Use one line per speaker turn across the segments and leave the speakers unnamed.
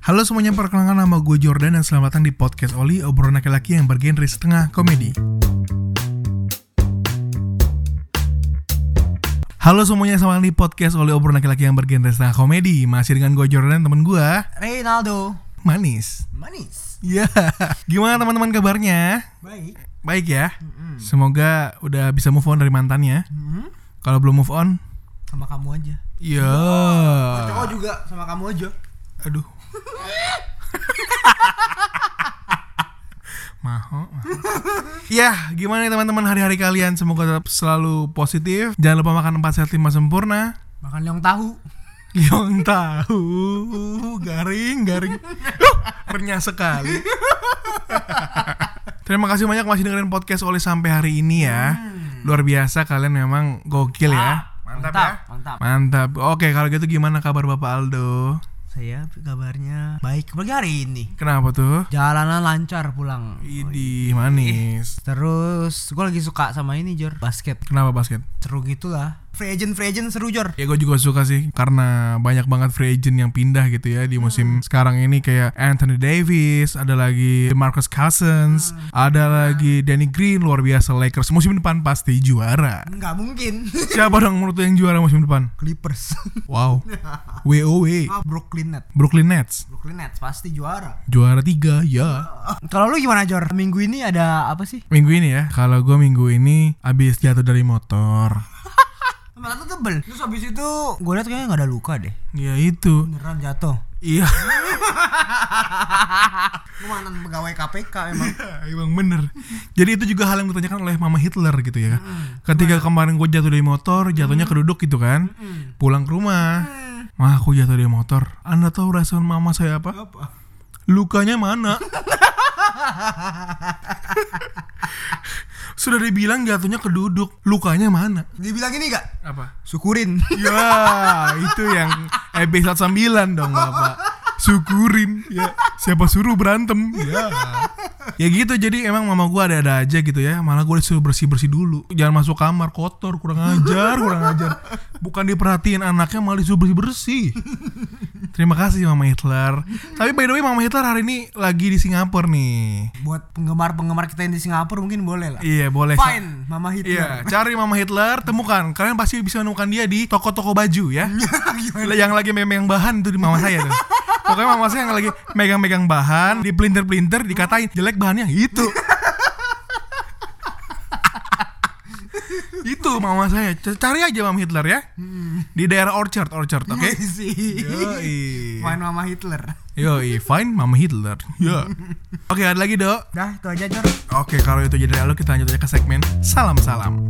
Halo semuanya, perkenalkan nama gue Jordan dan selamat datang di podcast Oli, obrolan laki-laki yang bergenre setengah komedi. Halo semuanya, selamat datang di podcast Oli, obrolan laki-laki yang bergenre setengah komedi. Masih dengan gue Jordan, temen gue
Reynaldo.
Manis. Ya, gimana teman-teman kabarnya? Baik ya. Semoga udah bisa move on dari mantannya. Kalau belum move on,
sama kamu aja.
iya.
Cowok juga sama kamu aja.
Aduh. Maho. Ya, gimana nih teman-teman hari-hari kalian? Semoga tetap selalu positif. Jangan lupa makan 4 sehat 5 sempurna.
Makan yang tahu.
Yang tahu garing. Renyah sekali. Terima kasih banyak masih dengerin podcast Oli sampai hari ini ya. Luar biasa, kalian memang gokil ya. Mantap. Oke, kalau gitu gimana kabar Bapak Aldo?
Saya kabarnya baik, apalagi hari ini.
Kenapa tuh?
Jalanan lancar pulang.
Idih, manis.
Terus gue lagi suka sama ini, Jor, basket.
Kenapa basket?
Seru gitulah. Free agent seru, Jor.
Ya gue juga suka sih, karena banyak banget free agent yang pindah gitu ya di musim sekarang ini. Kayak Anthony Davis, ada lagi DeMarcus Cousins, ada lagi Danny Green. Luar biasa, Lakers musim depan pasti juara.
Nggak mungkin.
Siapa dong menurut lu yang juara musim depan?
Clippers.
Wow. WOW.
Brooklyn Nets pasti juara.
Juara 3 ya.
Kalau lu gimana, Jor? Minggu ini ada apa sih?
Minggu ini ya, kalau gue minggu ini abis jatuh dari motor.
Mata tuh tebel. Terus habis itu gue liat kayaknya gak ada luka deh.
Ya itu.
Beneran jatuh.
Iya.
Lu mantan pegawai KPK emang.
Emang bener. Jadi itu juga hal yang ditanyakan oleh Mama Hitler gitu ya. Ketika kemarin gue jatuh dari motor, jatuhnya keduduk gitu kan. Pulang ke rumah, "Mah, aku jatuh dari motor. Anda tahu respon mama saya apa? Lukanya mana?" Sudah dibilang jatuhnya keduduk, lukanya mana?
Dibilang ini gak?
Apa?
Syukurin.
Ya, itu yang episode 9 dong Bapak. Syukurin ya. Siapa suruh berantem? Ya gitu, jadi emang mama gue ada-ada aja gitu ya. Malah gue disuruh bersih-bersih dulu. Jangan masuk kamar kotor, kurang ajar. Bukan diperhatiin anaknya, malah disuruh bersih-bersih. Terima kasih Mama Hitler. Tapi by the way, Mama Hitler hari ini lagi di Singapura nih.
Buat penggemar kita yang di Singapura mungkin boleh lah.
Iya, boleh.
Fine, Mama Hitler.
Iya, cari Mama Hitler, temukan. Kalian pasti bisa menemukan dia di toko-toko baju ya. Yang lagi megang bahan itu di mama saya tuh. Pokoknya mama saya yang lagi megang-megang bahan, di pelintir-pelintir, dikatain jelek bahannya itu. Itu mama saya. Cari aja Mama Hitler ya. Di daerah Orchard, oke? Yoi.
Fine Mama Hitler.
Yoi, fine Mama Hitler. Ya. Oke, ada lagi, Dok?
Dah, itu aja, Jor.
Oke, kalau itu jadi lalu kita lanjut aja ke segmen Salam-salam.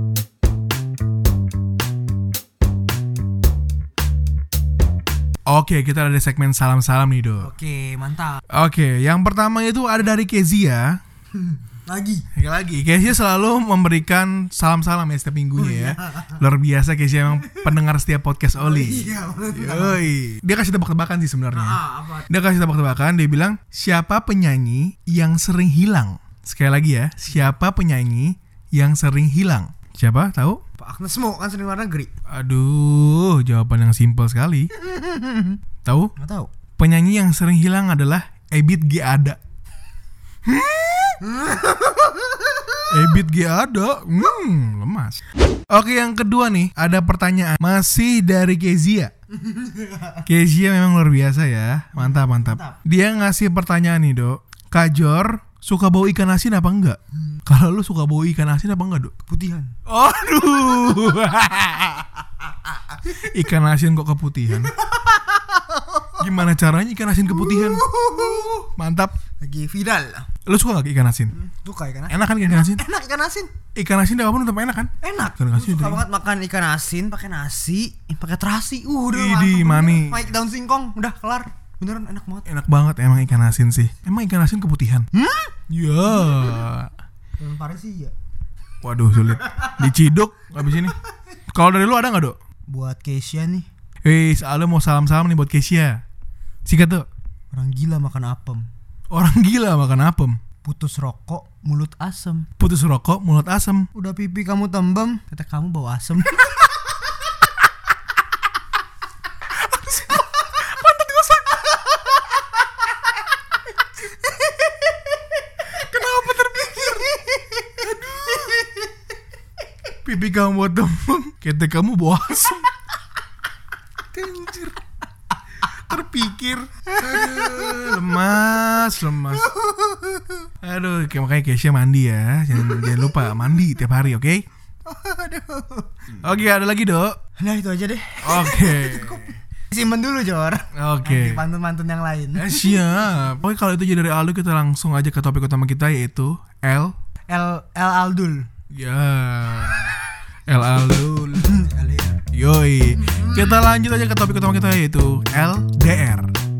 Oke, kita ada di segmen Salam-salam nih, Dok.
Oke, mantap.
Oke, yang pertama itu ada dari Kezia. Lagi Kezia selalu memberikan salam-salam ya setiap minggunya ya. Luar biasa, Kezia emang pendengar setiap podcast Oli. Yoi. Dia kasih tebak-tebakan sih sebenarnya. Dia kasih tebak-tebakan, dia bilang, "Siapa penyanyi yang sering hilang?" Sekali lagi ya, siapa penyanyi yang sering hilang? Siapa? Tahu?
Pak Agnes Mo kan sering luar negeri.
Aduh, jawaban yang simpel sekali. Tahu?
Nggak tahu.
Penyanyi yang sering hilang adalah Ebith G. Ada. Ebith G. Ada. Lemas. Oke, yang kedua nih, ada pertanyaan masih dari Kezia. Kezia memang luar biasa ya. Mantap. Dia ngasih pertanyaan nih, Dok. "Kak Jor, suka bau ikan asin apa enggak?" Kalau lu suka bau ikan asin apa enggak, Dok?
Putihan.
Aduh. Ikan asin kok keputihan? Gimana caranya ikan asin keputihan? Mantap.
Lagi viral.
Lu suka gak ikan asin?
Suka ikan asin.
Enak kan ikan asin?
Enak ikan asin.
Ikan asin apapun tetap enak kan?
Enak.
Ikan asin
suka banget makan ikan asin pakai nasi, pakai terasi. Udah.
Idih, mani.
Naik daun singkong, udah kelar. Beneran enak banget.
Enak banget emang ikan asin sih. Emang ikan asin keputihan? Ya.
Yang Paris sih ya.
Waduh, sulit. Diciduk abis ini. Kalau dari lu ada gak, Dok?
Buat Keisha nih.
Soalnya mau salam-salam nih buat Keisha. Sikat tuh.
Orang gila makan apem. Putus rokok, mulut asem. Udah pipi kamu tembem, kata kamu bau asem.
Pipi kamu buat tembem, ketek kamu bau asem. Anjir. Terpikir. Aduh, lemas. Aduh, makanya Kesha mandi ya. Jangan lupa mandi tiap hari, oke? Oke, ada lagi, Dok?
Nah itu aja deh.
Oke.
Simpen dulu Jor.
Oke.
Nanti pantun-pantun yang lain.
Siap. Oke, kalau itu jadi dari Aldo, kita langsung aja ke topik utama kita, yaitu L
Aldul.
Ya, L Aldul. Yoi. Kita lanjut aja ke topik utama kita, yaitu LDR.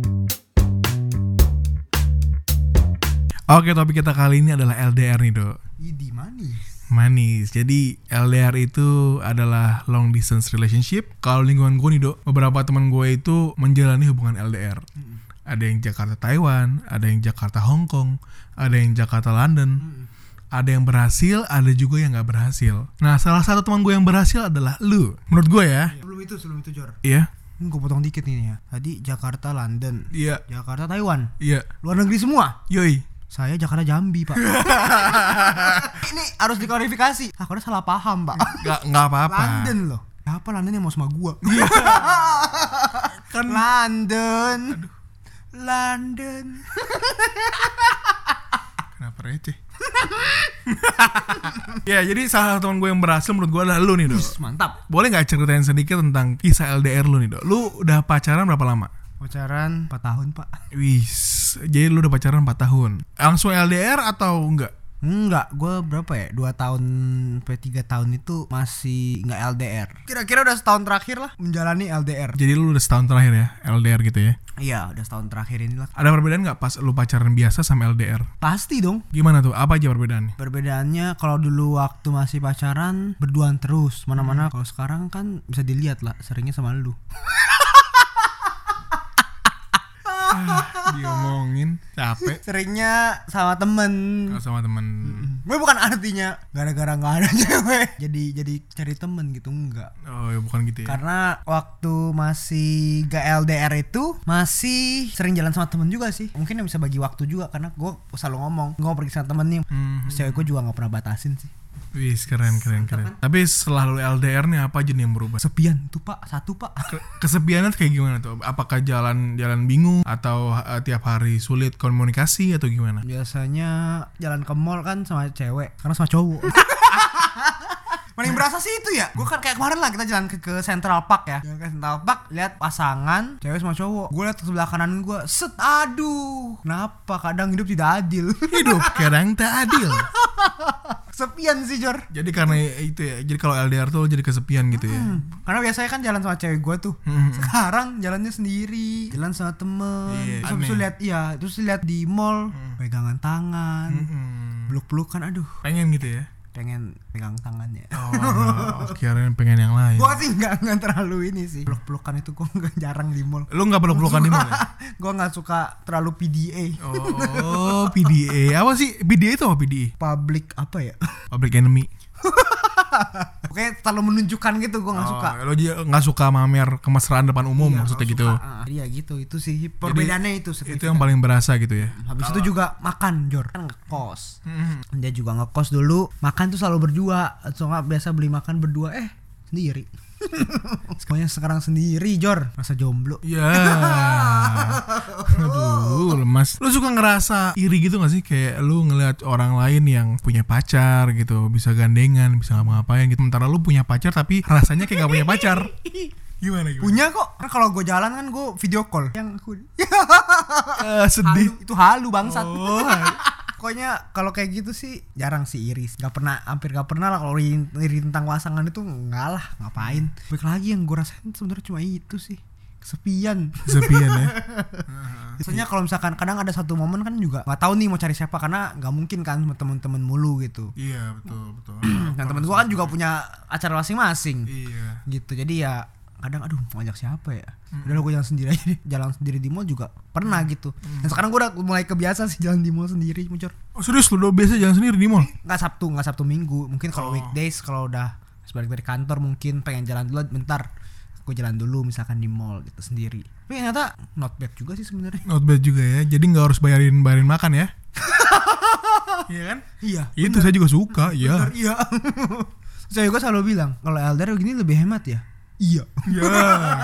Oke, topik kita kali ini adalah LDR nih, Dok.
Idi
Manis. Jadi LDR itu adalah long distance relationship. Kalau lingkungan gue nih, Dok, beberapa teman gue itu menjalani hubungan LDR. Ada yang Jakarta Taiwan, ada yang Jakarta Hong Kong, ada yang Jakarta London. Ada yang berhasil, ada juga yang gak berhasil. Nah, salah satu teman gue yang berhasil adalah lu. Menurut gue ya.
Sebelum itu Jor.
Iya.
Gue potong dikit nih ya. Tadi Jakarta London.
Iya.
Jakarta Taiwan.
Iya.
Luar negeri semua.
Yoi.
Saya Jakarta Jambi, Pak. Ini harus diklarifikasi. Aku udah salah paham, Pak.
Gak apa-apa.
London loh. Apa London yang mau sama gua?
Kan
London. Aduh. London.
Kenapa receh? Ya, jadi salah satu teman gue yang berhasil menurut gue adalah lu nih, Dok.
Mantap.
Boleh gak ceritain sedikit tentang kisah LDR lu nih, Dok? Lu udah pacaran berapa lama?
Pacaran 4 tahun, Pak.
Wis, jadi lu udah pacaran 4 tahun. Langsung LDR atau enggak?
Enggak, gue berapa ya? 2 tahun sampai 3 tahun itu masih enggak LDR. Kira-kira udah setahun terakhir lah menjalani LDR.
Jadi lu udah setahun terakhir ya LDR gitu ya?
Iya, udah setahun terakhir inilah.
Ada perbedaan gak pas lu pacaran biasa sama LDR?
Pasti dong.
Gimana tuh? Apa aja perbedaannya?
Perbedaannya kalau dulu waktu masih pacaran berduaan terus mana-mana. Kalau sekarang kan bisa dilihat lah, seringnya sama lu.
Diomongin capek.
Seringnya sama temen.
Sama temen.
Gue bukan artinya gara-gara gak ada cewek jadi cari temen gitu, enggak.
Oh ya, bukan gitu ya.
Karena waktu masih gak LDR itu masih sering jalan sama temen juga sih. Mungkin yang bisa bagi waktu juga, karena gue selalu ngomong gue mau pergi sama temen nih. Cewek gue juga gak pernah batasin sih.
Wih, keren. Tapi setelah lu LDR nih, apa aja nih yang berubah?
Sepian tuh, Pak. Satu, Pak.
Kesepiannya kayak gimana tuh? Apakah jalan bingung atau tiap hari sulit komunikasi atau gimana?
Biasanya jalan ke mall kan sama cewek, karena sama cowok. Paling berasa sih itu ya. Gue kan kayak kemarin lah kita jalan ke Central Park ya. Jalan ke Central Park, lihat pasangan cewek sama cowok. Gue lihat ke sebelah kanan gue, set, aduh. Kenapa kadang hidup tidak adil?
Hidup kadang tak adil.
Sepian sih, Jor.
Jadi karena itu ya. Jadi kalau LDR tuh jadi kesepian gitu ya.
Karena biasanya kan jalan sama cewek gue tuh. Sekarang jalannya sendiri, jalan sama temen. Terus lihat di mall, pegangan tangan, peluk-pelukan, aduh.
Pengen gitu ya.
Pengen pegang tangannya.
Oh, kirain pengen yang lain.
Gua sih enggak terlalu ini sih. Peluk-pelukan itu gua enggak jarang di mall.
Lu enggak peluk-pelukan di mall ya?
Gua enggak suka terlalu PDA.
Oh, PDA. Apa sih? PDA itu apa PDA?
Public apa ya?
Public enemy.
Oke, terlalu menunjukkan gitu, gue nggak suka.
Lo nggak suka mamer kemesraan depan umum, maksudnya gitu.
Iya gitu, itu sih perbedaannya itu.
Itu yang paling berasa gitu ya.
Habis itu juga makan, Jor, kan ngekos. Dia juga ngekos dulu, makan tuh selalu berdua. Soalnya biasa beli makan berdua, sendiri. Semuanya sekarang sendiri, Jor. Rasa jomblo.
Ya. Aduh, lemas. Lu suka ngerasa iri gitu gak sih? Kayak lu ngeliat orang lain yang punya pacar gitu, bisa gandengan, bisa ngapa-ngapain gitu. Sementara lu punya pacar tapi rasanya kayak gak punya pacar. Gimana?
Punya kok. Karena kalau gue jalan kan gue video call. Yang aku
sedih.
Itu halu bangsat.
Oh.
Pokoknya kalau kayak gitu sih jarang sih iri. Hampir gak pernah lah kalau iri tentang pasangan itu, enggak lah, ngapain. Baik lagi yang gue rasain sebenarnya cuma itu sih, kesepian ya. Soalnya kalau misalkan kadang ada satu momen kan juga nggak tahu nih mau cari siapa, karena nggak mungkin kan sama temen-temen mulu gitu.
Iya, betul.
Dan temen gue kan juga punya acara masing-masing.
Iya.
Gitu, jadi ya kadang aduh mau ngajak siapa ya. Udah gue jalan sendiri aja deh. Jalan sendiri di mall juga pernah gitu. Dan sekarang gue udah mulai kebiasa sih jalan di mall sendiri, Mucor.
Oh serius, lu udah biasa jalan sendiri di mall?
Nggak Sabtu Minggu. Mungkin kalau weekdays, kalau udah balik dari kantor mungkin pengen jalan dulu bentar, gue jalan dulu misalkan di mall gitu sendiri. Tapi ternyata not bad juga sih sebenarnya.
Not bad juga ya. Jadi nggak harus bayarin makan ya. Iya kan?
Iya.
Itu bener. Saya juga suka. Iya.
Iya. Saya gue selalu bilang kalau LDR begini lebih hemat ya. Iya.
Ya.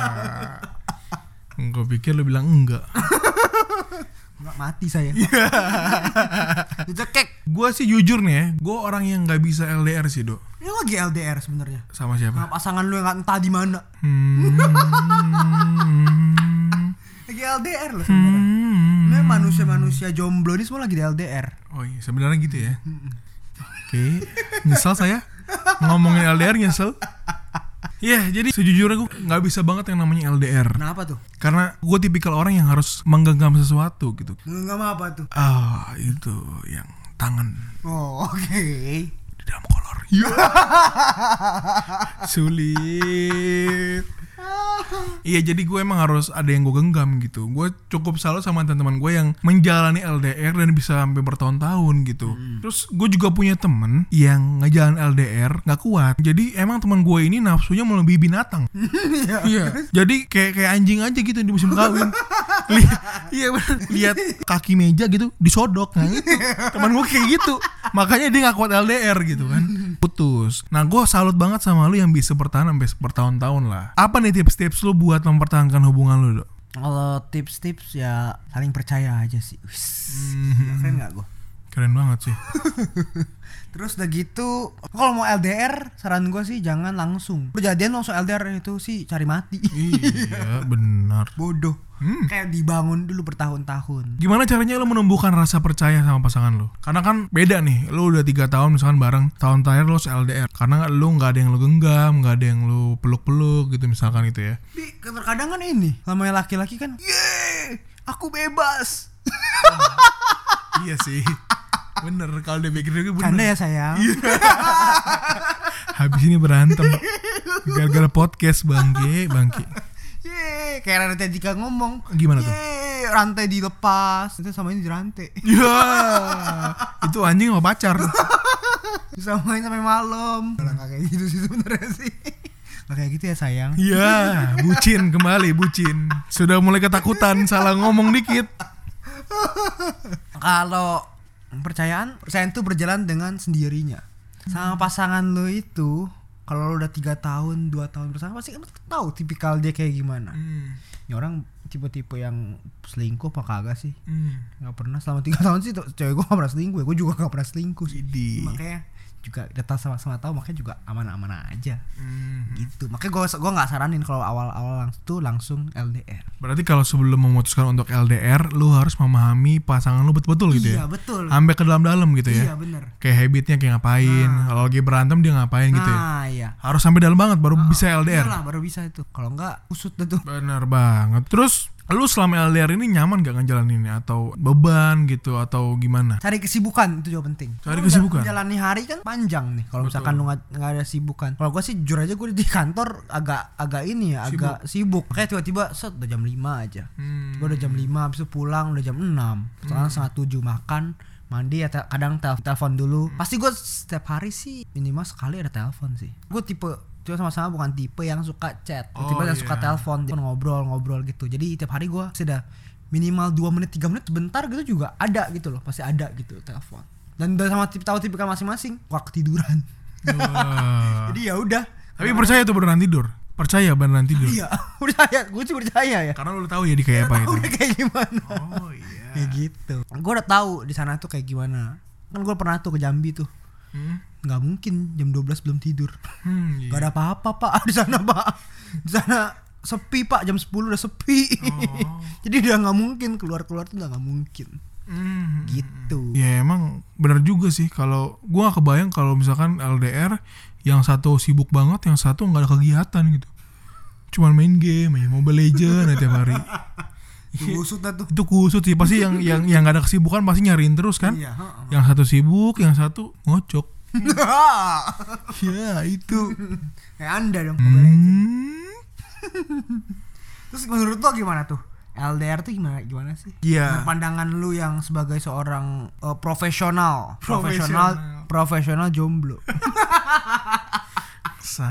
Gue pikir lu bilang enggak.
Enggak, mati saya. Dicekek.
Gue sih jujur nih ya, gue orang yang nggak bisa LDR sih, Dok.
Ini lagi LDR sebenarnya.
Sama siapa?
Sama pasangan lu yang entah di mana. Lagi LDR loh sebenarnya. Ini manusia-manusia jomblo ini semua lagi di LDR.
Oh iya, sebenarnya gitu ya. Oke, nyesel saya ngomongin LDR, nyesel. Iya, jadi sejujurnya gue nggak bisa banget yang namanya LDR.
Kenapa tuh?
Karena gue tipikal orang yang harus menggenggam sesuatu gitu.
Genggam apa tuh?
Itu yang tangan.
Oh, oke.
Di dalam kolor. Sulit. Iya, jadi gue emang harus ada yang gue genggam gitu. Gue cukup salut sama teman-teman gue yang menjalani LDR dan bisa sampai bertahun-tahun gitu. Terus gue juga punya temen yang ngejalan LDR nggak kuat. Jadi emang teman gue ini nafsunya melebihi binatang. Iya. Jadi kayak anjing aja gitu di musim kawin. Iya benar. Lihat kaki meja gitu disodok. Nah itu teman gue kayak gitu. Makanya dia nggak kuat LDR gitu kan. Putus. Nah gue salut banget sama lu yang bisa bertahan sampai bertahun-tahun lah. Apa nih tips-tips lu buat mempertahankan hubungan lu, Dok?
Kalau tips-tips ya saling percaya aja sih. Keren gak gue?
Keren banget sih.
Terus udah gitu, kalau mau LDR saran gue sih jangan langsung. Kejadian langsung LDR itu sih cari mati.
Iya benar.
Bodoh. Kayak dibangun dulu bertahun-tahun.
Gimana caranya lo menumbuhkan rasa percaya sama pasangan lo? Karena kan beda nih, lo udah 3 tahun misalkan bareng, tahun terakhir lo LDR. Karena lo gak ada yang lo genggam, gak ada yang lo peluk-peluk gitu misalkan itu ya.
Terkadang kan ini, namanya laki-laki kan, yeay, aku bebas.
Iya sih, bener kalau dia pikir bener.
Canda ya sayang.
Habis ini berantem gara-gara podcast bangke.
Yeay, kayak Raditya Dika ngomong.
Gimana tuh?
Yeay, rantai dilepas. Itu sama ini dirantai.
Ya, itu anjing sama pacar.
Bisa main sampai malam. Gak kayak gitu sih sebenarnya sih. Gak kayak gitu ya sayang.
Iya, bucin kembali bucin. Sudah mulai ketakutan salah ngomong dikit.
Kalau percayaan itu berjalan dengan sendirinya. Sama pasangan lo itu, kalau lo udah 3 tahun, 2 tahun bersama pasti kan tahu tipikal dia kayak gimana. Ini orang tipe-tipe yang selingkuh apa kagak sih? Gak pernah selama 3 tahun sih cewek gue gak pernah selingkuh ya. Gue juga gak pernah selingkuh sih. Makanya juga data sama-sama tahu, makanya juga aman-aman aja. Gitu. Makanya gue nggak saranin kalau awal-awal langsung LDR.
Berarti kalau sebelum memutuskan untuk LDR, lu harus memahami pasangan lu betul-betul gitu ya.
Iya betul.
Sampai ke dalam-dalam gitu ya.
Iya benar.
Kayak habitnya kayak ngapain, kalau lagi berantem dia ngapain gitu ya.
Iya.
Harus sampai dalam banget baru bisa LDR.
Iyalah, baru bisa itu. Kalau enggak usut dah tuh.
Bener banget. Terus lu selama LDR ini nyaman gak ngejalaninnya atau beban gitu atau gimana?
Cari kesibukan itu juga penting.
Cari kesibukan.
Menjalani hari kan panjang nih. Kalau misalkan lu nggak ada sibukan. Kalau gue sih jujur aja gue di kantor agak ini ya, agak sibuk. Kayak tiba-tiba udah jam 5 aja. Tiba udah jam 5 habis itu pulang udah jam 6. Sekarang 6:30 makan, mandi ya kadang telepon dulu. Pasti gue setiap hari sih minimal sekali ada telepon sih. Gue tipe sama-sama bukan tipe yang suka chat, tiba-tiba yang suka telepon, ngobrol gitu. Jadi tiap hari gue sudah minimal 2 menit 3 menit sebentar gitu juga ada gitu loh, pasti ada gitu telepon. Dan udah sama tahu tipikal masing-masing, gua ketiduran. Jadi ya udah.
Tapi percaya tuh beneran tidur? Percaya beneran tidur?
Iya, percaya. Gue sih percaya ya.
Karena lu tahu ya di kayak apa itu.
Udah kayak gimana?
Oh iya.
Kayak gitu. Gue udah tahu di sana tuh kayak gimana. Kan gue pernah tuh ke Jambi tuh. Nggak mungkin jam 12 belum tidur.
Iya.
Gak ada apa-apa pak di sana pak. Di sana sepi pak, jam 10 udah sepi. Jadi udah nggak mungkin keluar tuh udah nggak mungkin. Gitu.
Ya emang bener juga sih. Kalau gue nggak kebayang kalau misalkan LDR yang satu sibuk banget, yang satu nggak ada kegiatan gitu. Cuman main game, main Mobile Legends tiap hari.
Kusut dah tuh.
Itu kusut sih, pasti yang nggak ada kesibukan pasti nyariin terus kan.
Iya,
yang satu sibuk, yang satu ngocok. Ya itu.
Kayak anda dong. Terus menurut lo gimana tuh? LDR tuh gimana sih?
Iya.
Pandangan lu yang sebagai seorang profesional jomblo.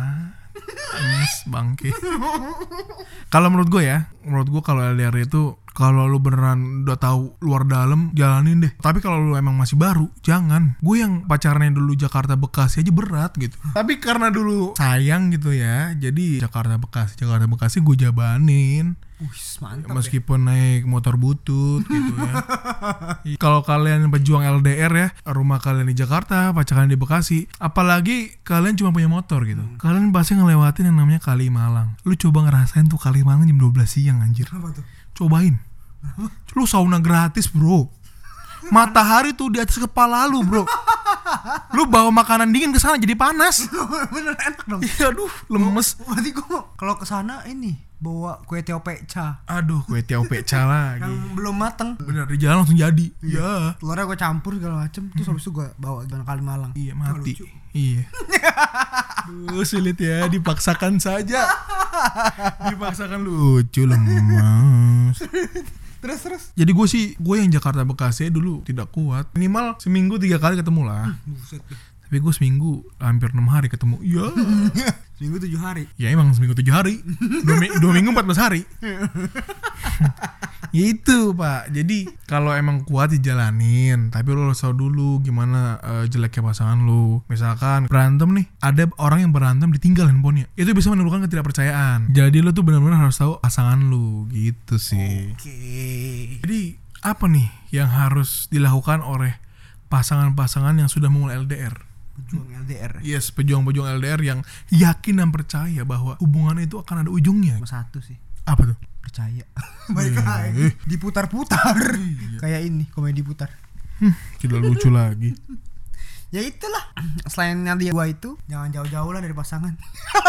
Bangke. Kalau menurut gue kalau LDR itu Kalau lu beneran udah tahu luar dalam, jalanin deh. Tapi kalau lu emang masih baru, jangan. Gue yang pacarnya dulu Jakarta Bekasi aja berat gitu. Tapi karena dulu sayang gitu ya, jadi Jakarta Bekasi gue jabanin.
Mantap.
Meskipun naik motor butut gitu ya. Kalau kalian pejuang LDR ya, rumah kalian di Jakarta, pacar kalian di Bekasi, apalagi kalian cuma punya motor gitu, kalian pasti ngelewatin yang namanya Kali Malang. Lu coba ngerasain tuh Kali Malang jam 12 siang anjir.
Apa tuh?
Cobain. Lu sauna gratis bro, matahari tuh di atas kepala lu bro. Lu bawa makanan dingin ke sana jadi panas.
Bener enak dong.
Iya, aduh, lemes.
Berarti gue kalau ke sana ini bawa kue tiao peca.
Aduh, kue tiao peca lagi.
Yang belum mateng.
Bener, di jalan langsung jadi. Iya.
Telurnya gue campur segala macem. Terus habis itu gue bawa ke Kali Malang.
Iya, mati. Iya. Duh, sulit ya, dipaksakan saja. Dipaksakan lucu, lemas.
Terus.
Jadi gue yang Jakarta Bekasi dulu tidak kuat. Minimal seminggu 3 kali ketemu lah.
Buset.
Tapi gue seminggu hampir 6 hari ketemu. Iya.
Seminggu 7 hari.
Ya emang seminggu 7 hari. 2 minggu 14 hari. Ya itu pak. Jadi kalau emang kuat dijalanin. Tapi lo harus tahu dulu gimana jeleknya pasangan lo. Misalkan berantem nih, ada orang yang berantem ditinggal handphonenya. Itu bisa menimbulkan ketidakpercayaan. Jadi lo tuh benar-benar harus tahu pasangan lo gitu sih.
Oke.
Jadi apa nih yang harus dilakukan oleh pasangan-pasangan yang sudah memulai LDR?
Pejuang LDR.
Yes, pejuang-pejuang LDR yang yakin dan percaya bahwa hubungan itu akan ada ujungnya.
Cuma satu sih.
Apa tuh?
Percaya. Baik aja. Diputar-putar. Kayak ini komedi putar.
Tidak lucu lagi.
Ya itulah. Selain yang gua itu, jangan jauh-jauh lah dari pasangan.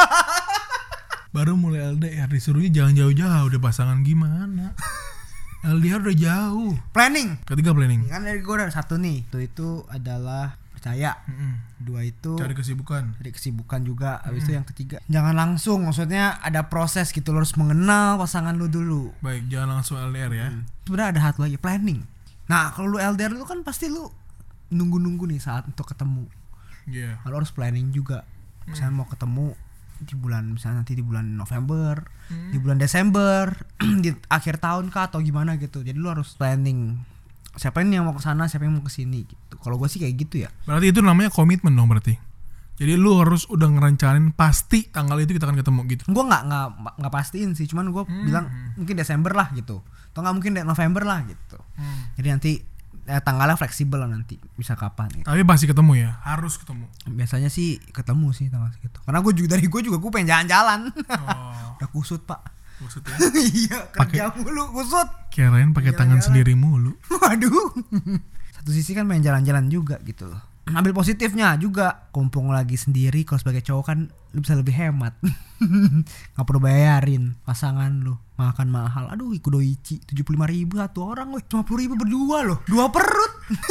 Baru mulai LDR disuruhnya jangan jauh-jauh dari pasangan gimana? LDR udah jauh.
Planning.
Ketiga planning.
Kan dari gua ada satu nih. Itu adalah percaya. Dua itu
Cari kesibukan
juga. Habis itu yang ketiga jangan langsung, maksudnya ada proses gitu, lo harus mengenal pasangan lu dulu.
Baik, jangan langsung LDR ya.
Sebenarnya ada satu lagi, planning. Nah kalau lu LDR lu kan pasti lu nunggu nih saat untuk ketemu.
Iya.
Lo harus planning juga. Misalnya mau ketemu di bulan, misalnya nanti di bulan November, di bulan Desember, di akhir tahun kah atau gimana gitu. Jadi lu harus planning. Siapa ini yang mau ke sana, siapa yang mau ke sini gitu. Kalau gue sih kayak gitu ya.
Berarti itu namanya komitmen dong berarti. Jadi lu harus udah ngerencanain pasti tanggal itu kita akan ketemu gitu.
Gue nggak pastiin sih, cuman gue bilang mungkin Desember lah gitu. Atau nggak mungkin November lah gitu. Jadi nanti tanggalnya fleksibel lah nanti, bisa kapan gitu.
Tapi pasti ketemu ya, harus ketemu.
Biasanya sih ketemu sih tanggal segitu. Karena gue juga pengen jalan-jalan. Udah kusut pak.
Maksudnya?
Iya, kerja mulu kusut.
Kirain pakai tangan sendiri mulu.
Waduh. Satu sisi kan main jalan-jalan juga gitu loh. Ambil positifnya juga. Kumpul lagi sendiri, kalau sebagai cowok kan lu bisa lebih hemat. Gak perlu bayarin pasangan lu makan mahal. Aduh, ikudoichi 75.000 satu orang, weh 50.000 berdua loh. 2 perut.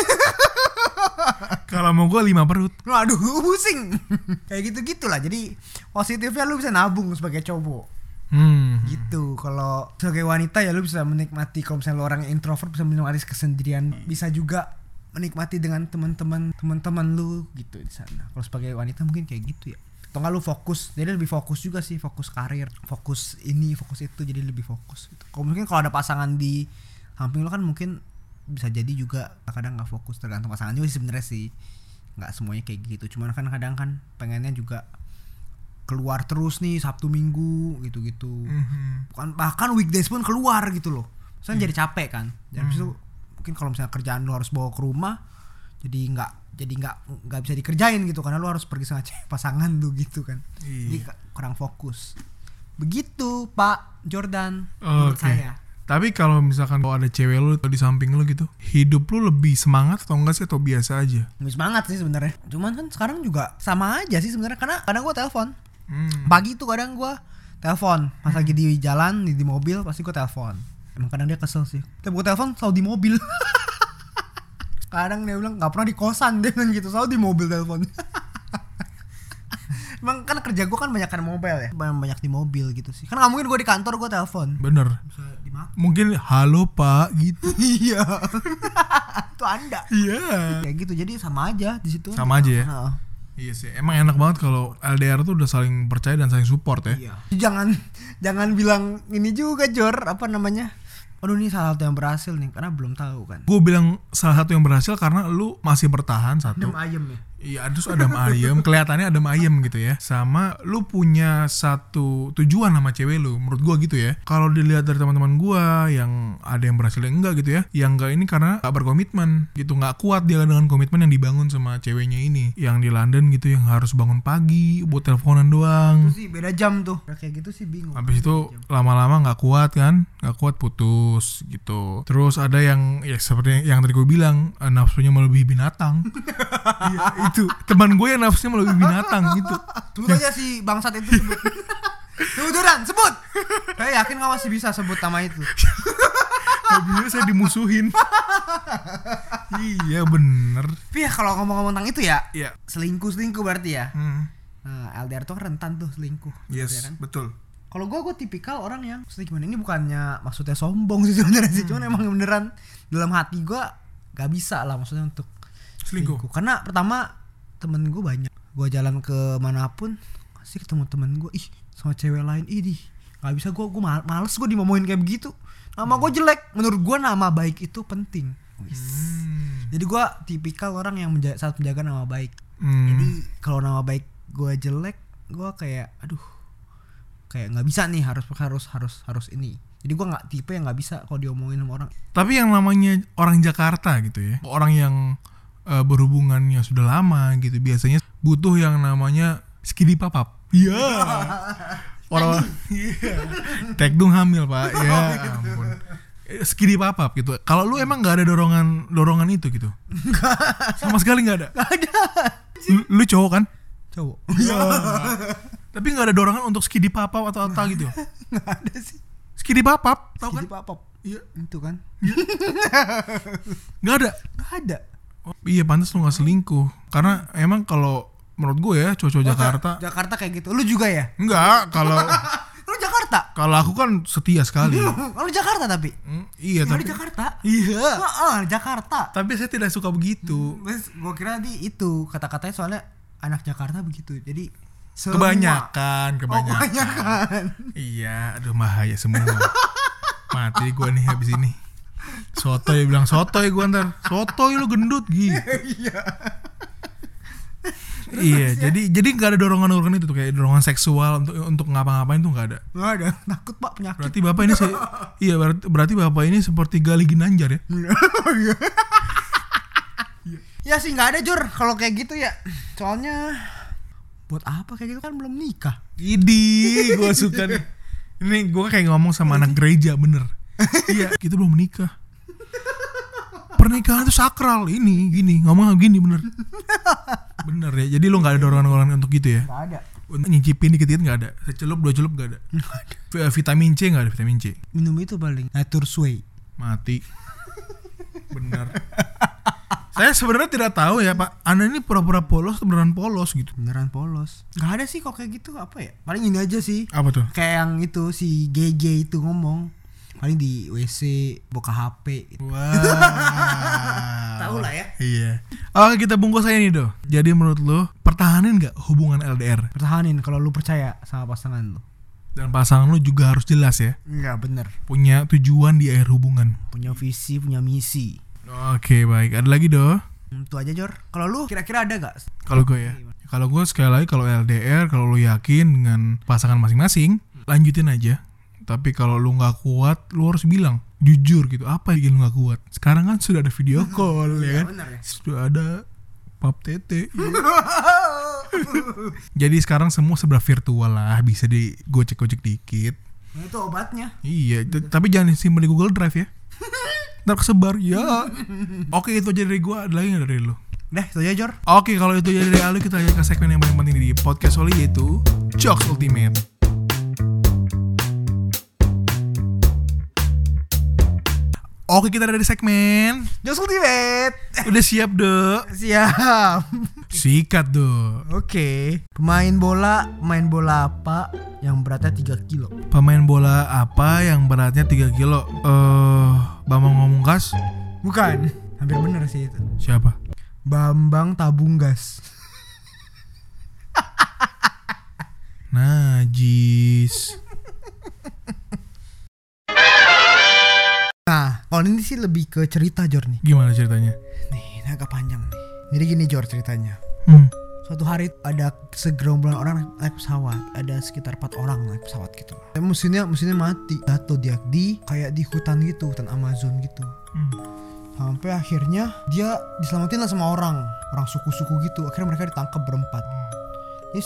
Kalau mau gue 5 perut.
Aduh, pusing. Kayak gitu-gitulah. Jadi positifnya lu bisa nabung sebagai cowok. Gitu. Kalau sebagai wanita ya lu bisa menikmati, kalau misalnya lu orang yang introvert bisa menikmati kesendirian, bisa juga menikmati dengan teman-teman lu gitu di sana. Kalau sebagai wanita mungkin kayak gitu ya. Atau enggak lu fokus, jadi lebih fokus juga sih, fokus karir, fokus ini, fokus itu, jadi lebih fokus gitu. Kalau mungkin kalau ada pasangan di samping lu kan mungkin bisa jadi juga kadang enggak fokus, tergantung pasangan juga sih sebenarnya sih. Enggak semuanya kayak gitu. Cuman kan kadang kan pengennya juga keluar terus nih Sabtu Minggu gitu-gitu. Bahkan weekdays pun keluar gitu loh. Soalnya jadi capek kan. Jadi itu mungkin kalau misalnya kerjaan lu harus bawa ke rumah, jadi nggak bisa dikerjain gitu karena lu harus pergi sama pasangan lu gitu kan. Jadi kurang fokus. Begitu Pak Jordan menurut saya.
Tapi kalau misalkan ada cewek lu di samping lu gitu, hidup lu lebih semangat atau enggak sih, atau biasa aja?
Lebih semangat sih sebenarnya. Cuman kan sekarang juga sama aja sih sebenarnya, karena kadang gue telepon. Pagi tuh kadang gue telepon pas lagi di jalan di mobil, pasti gue telepon. Emang kadang dia kesel sih. Tapi gue telepon selalu di mobil. Kadang dia bilang nggak pernah di kosan, dia bilang gitu, selalu di mobil telepon. Emang kan kerja gue kan banyak kan mobile ya, banyak di mobil gitu sih. Kan nggak mungkin gue di kantor gue telepon.
Bener. Mungkin halo pak gitu.
Iya. Itu Anda.
Iya.
Kayak gitu, jadi sama aja di situ.
Sama aja ya. Iya sih, emang enak banget kalau LDR tuh udah saling percaya dan saling support ya.
Iya. Jangan bilang ini juga Jor, apa namanya, aduh ini salah satu yang berhasil nih karena belum tahu kan.
Gue bilang salah satu yang berhasil karena lu masih bertahan satu.
Adem ayem ya.
Iya, terus adem ayem, kelihatannya adem ayem gitu ya. Sama lu punya satu tujuan sama cewek lu, menurut gua gitu ya. Kalau dilihat dari teman-teman gua yang ada yang berhasil yang enggak gitu ya, yang enggak ini karena gak berkomitmen gitu, nggak kuat dia dengan komitmen yang dibangun sama ceweknya ini. Yang di London gitu yang harus bangun pagi buat teleponan doang.
Itu sih beda jam tuh. Kayak gitu sih bingung.
Habis itu lama-lama nggak kuat kan, nggak kuat putus gitu. Terus ada yang ya seperti yang tadi gue bilang, nafsunya melebihi binatang. Iya, itu teman gue yang nafsunya melebihi binatang gitu.
Sebut aja si bangsat itu sebut. Duran, sebut. Saya yakin kamu masih bisa sebut nama itu.
Habisnya saya dimusuhin. Iya bener.
Tapi ya kalau ngomong-ngomong tentang itu ya,
Iya.
selingkuh berarti ya.
Hmm.
Nah, LDR tuh kan rentan tuh selingkuh.
Yes,
ya kan?
betul.
Kalau gue tipikal orang yang maksudnya gimana, ini bukannya maksudnya sombong sih sebenarnya sih, cuman emang beneran dalam hati gue gak bisa lah maksudnya untuk selingkuh. Karena pertama temen gue banyak, gue jalan ke manapun pasti ketemu temen gue, ih sama cewek lain, ih gak bisa, gue males gue dimomongin kayak begitu. Nama gue jelek, menurut gue nama baik itu penting. Jadi gue tipikal orang yang saat menjaga nama baik. Jadi kalau nama baik gue jelek, gue kayak aduh, kayak nggak bisa nih, harus ini. Jadi gue nggak tipe yang nggak bisa kalau diomongin sama orang.
Tapi yang namanya orang Jakarta gitu ya, orang yang berhubungannya sudah lama gitu, biasanya butuh yang namanya skidi papap. Iya. Orang tekdung hamil pak, ya ampun. Skidi papap gitu. Kalau lu emang nggak ada dorongan itu gitu? Sama sekali nggak ada.
Nggak ada.
Lu cowok kan?
Cowok.
Iya. Tapi nggak ada dorongan untuk skidi papap atau apa gitu?
Nggak ada sih.
Skidi papap, tau kan?
Skidi papap.
Iya.
Itu kan.
Nggak ada.
Nggak ada.
Oh, iya pantas lu nggak selingkuh. Karena emang kalau menurut gue ya cowok Jakarta.
Jakarta kayak gitu. Lu juga ya?
Enggak, kalau
Lu Jakarta?
kalau aku kan setia sekali.
Lu Jakarta tapi?
Iya
Lu
tapi
di Jakarta?
iya.
Jakarta.
Tapi saya tidak suka begitu.
Terus gue kira di itu kata-katanya soalnya anak Jakarta begitu. Jadi semua.
Kebanyakan.
Kebanyakan.
Iya, aduh bahaya semua. Mati gue nih habis ini. Sotoy bilang sotoy gue ntar. Sotoy lu gendut gitu. Iya, jadi nggak ada dorongan itu tuh, kayak dorongan seksual untuk ngapa-ngapain tuh nggak ada.
Nggak ada, takut pak penyakit.
Berarti bapak ini iya berarti bapak ini seperti Gali Ginanjar ya?
Ya sih nggak ada Jur, kalau kayak gitu ya. Soalnya buat apa kayak gitu kan belum nikah.
Idi, gue suka nih. Ini gue kayak ngomong sama anak gereja bener. Iya, kita belum menikah. Pernikahan itu sakral, ini gini ngomong gini bener. Bener ya, jadi lo nggak ada dorongan untuk gitu ya?
Nggak ada.
Untuk nyicipin dikit-dikit nggak ada, secelup 2 celup nggak ada. Vitamin C nggak ada, vitamin C.
Minum itu paling Nature Sway.
Mati. Bener. Saya sebenarnya tidak tahu ya Pak, Anda ini pura-pura polos atau beneran polos gitu?
Beneran polos. Nggak ada sih kok kayak gitu, apa ya? Paling ini aja sih.
Apa tuh?
Kayak yang itu si GG itu ngomong. Paling di WC buka HP gitu.
Wah.
Tahu lah ya.
Iya. Oke, kita bungkus aja nih Do. Jadi menurut lo pertahanin nggak hubungan LDR?
Pertahanin kalau lu percaya sama pasangan lu.
Dan pasangan lo juga harus jelas ya.
Iya bener.
Punya tujuan di akhir hubungan.
Punya visi, punya misi.
Oke baik. Ada lagi Do?
Itu aja Jor. Kalau lu kira-kira ada gak?
Kalau gue ya. Kalau gue sekali lagi kalau LDR, kalau lo yakin dengan pasangan masing-masing, lanjutin aja. Tapi kalau lu nggak kuat, lu harus bilang jujur gitu. Apa yang bikin lu nggak kuat? Sekarang kan sudah ada video call ya kan?
Bener ya?
Sudah ada pap tete. Jadi sekarang semua serba virtual lah, bisa digocek-gocek dikit.
Nah, itu obatnya.
Iya, tapi jangan simpen di Google Drive ya. Ntar kesebar ya. Oke, itu aja dari gue. Ada lagi nggak dari lu?
Dah, itu aja Jor.
Oke, kalau itu aja dari Alu, kita aja ke segmen yang paling penting di podcast Oli, yaitu Jokes Ultimate. Oke, kita ada di segmen
Jokes Ultimate.
Udah siap Do?
Siap.
Sikat Do.
Oke. Pemain bola apa yang beratnya 3 kilo?
Pemain bola apa yang beratnya 3 kilo? Bambang Pamungkas?
Bukan. Hampir bener sih itu.
Siapa?
Bambang Tabunggas.
Najis.
Kalau ini sih lebih ke cerita Jor nih.
Gimana ceritanya?
Nih, ini agak panjang nih. Jadi gini Jor ceritanya. Suatu hari ada segerombolan orang naik pesawat. Ada sekitar 4 orang naik pesawat gitu. Mesinnya mati. Jatuh dia di kayak di hutan gitu, hutan Amazon gitu. Sampai akhirnya dia diselamatin lah sama orang suku-suku gitu. Akhirnya mereka ditangkap berempat. Ini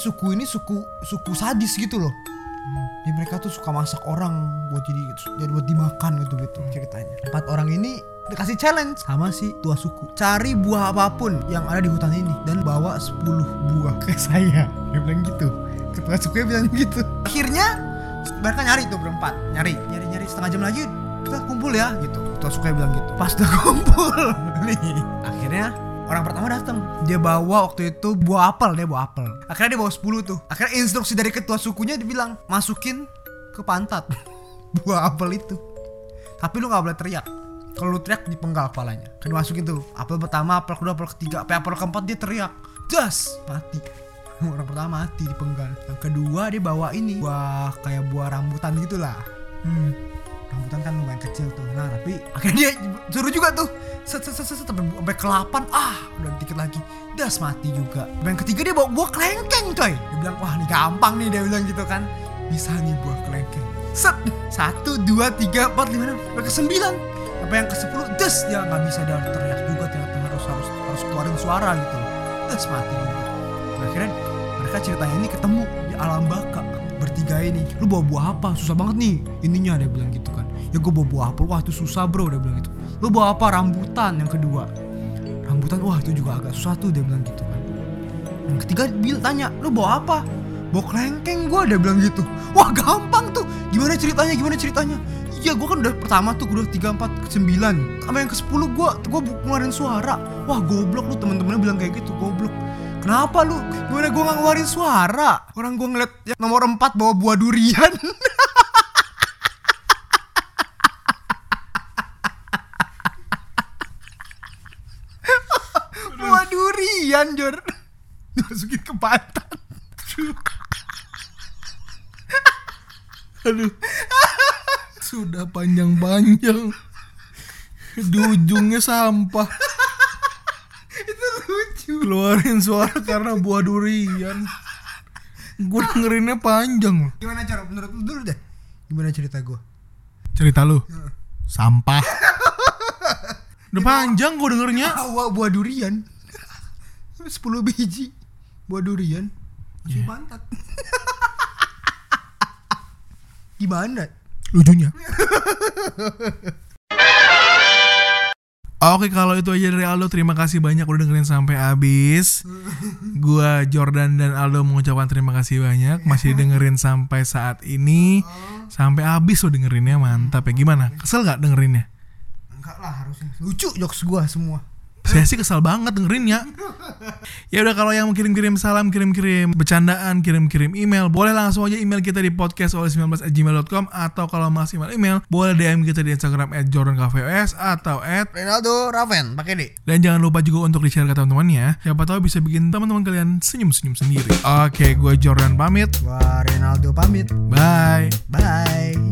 suku sadis gitu loh. Jadi mereka tuh suka masak orang buat jadi buat dimakan gitu ceritanya. 4 orang ini dikasih challenge sama si tua suku. Cari buah apapun yang ada di hutan ini dan bawa 10 buah ke saya. Dia bilang gitu. Ketua sukunya bilang gitu. Akhirnya mereka nyari tuh berempat. Nyari setengah jam lagi kita kumpul ya gitu. Ketua sukunya bilang gitu. Pas udah kumpul nih. Akhirnya orang pertama datang. Dia bawa waktu itu buah apel. Akhirnya dia bawa 10 tuh. Akhirnya instruksi dari ketua sukunya dibilang masukin ke pantat buah apel itu. Tapi lu gak boleh teriak. Kalau lu teriak dipenggal kepalanya. Kan dimasukin tuh. Apel pertama, apel kedua, apel ketiga, apel keempat dia teriak. Das, mati. Orang pertama mati dipenggal. Yang kedua dia bawa ini buah kayak buah rambutan gitulah. Rambutan kan lumayan kecil tuh. Nah tapi akhirnya dia suruh juga tuh sampai ke-8. Udah dikit lagi. Das, mati juga. Yang ketiga dia bawa buah kelengkeng coy. Dia bilang wah ini gampang nih. Dia bilang gitu kan. Bisa nih buah kelengkeng. 1, 2, 3, 4, 5, 6 sampai ke-9. Sampai yang ke-10 des dia gak bisa. Dia teriak juga ternyata harus keluarin suara gitu. Das, mati juga. Nah, akhirnya mereka ceritanya ini ketemu di alam baka. Bertiga ini, lu bawa buah apa? Susah banget nih ininya, dia bilang gitu kan. Ya gue bawa buah apel, wah itu susah bro, dia bilang gitu. Lu bawa apa? Rambutan yang kedua. Rambutan, wah itu juga agak susah tuh, dia bilang gitu kan. Yang ketiga tanya, lu bawa apa? Bawa kelengkeng gue, dia bilang gitu. Wah gampang tuh, gimana ceritanya? Iya gue kan udah pertama tuh, udah 3, 4, 9. Sama yang ke-10 gue ngeluarin suara. Wah goblok lu, temen-temennya bilang kayak gitu, goblok. Kenapa lu? Gimana gue gak ngeluarin suara? Orang gue ngeliat ya, nomor 4 bawa buah durian. Buah durian Jor. Masukin ke pantat.
Aduh. Sudah panjang-panjang. Di ujungnya sampah.
Itu lucu.
Keluarin suara karena buah durian. Gue dengerinnya panjang.
Gimana cara menurut lu dulu deh? Gimana cerita gue?
Cerita lu? Sampah. Udah panjang gue dengernya.
Buah durian 10 biji buah durian masih pantat. Gimana
lucunya? Oke, kalau itu aja dari Aldo. Terima kasih banyak udah dengerin sampai habis. Gua Jordan dan Aldo mengucapkan terima kasih banyak masih dengerin sampai saat ini. Sampai habis lo dengerinnya, mantap ya. Gimana? Kesel gak dengerinnya?
Enggak lah, harusnya lucu jokes gua semua.
Saya sih kesal banget dengerinnya. Ya udah, kalau yang mau kirim-kirim salam, kirim-kirim bercandaan, kirim-kirim email, boleh langsung aja email kita di podcast19@gmail.com. Atau kalau masih email, boleh DM kita di Instagram @jordankvs atau
Ronaldo Raven pakai D.
Dan jangan lupa juga untuk di-share ke teman-temannya. Siapa tahu bisa bikin teman-teman kalian senyum-senyum sendiri. Oke, gue Jordan pamit.
Gua Ronaldo pamit.
Bye.
Bye.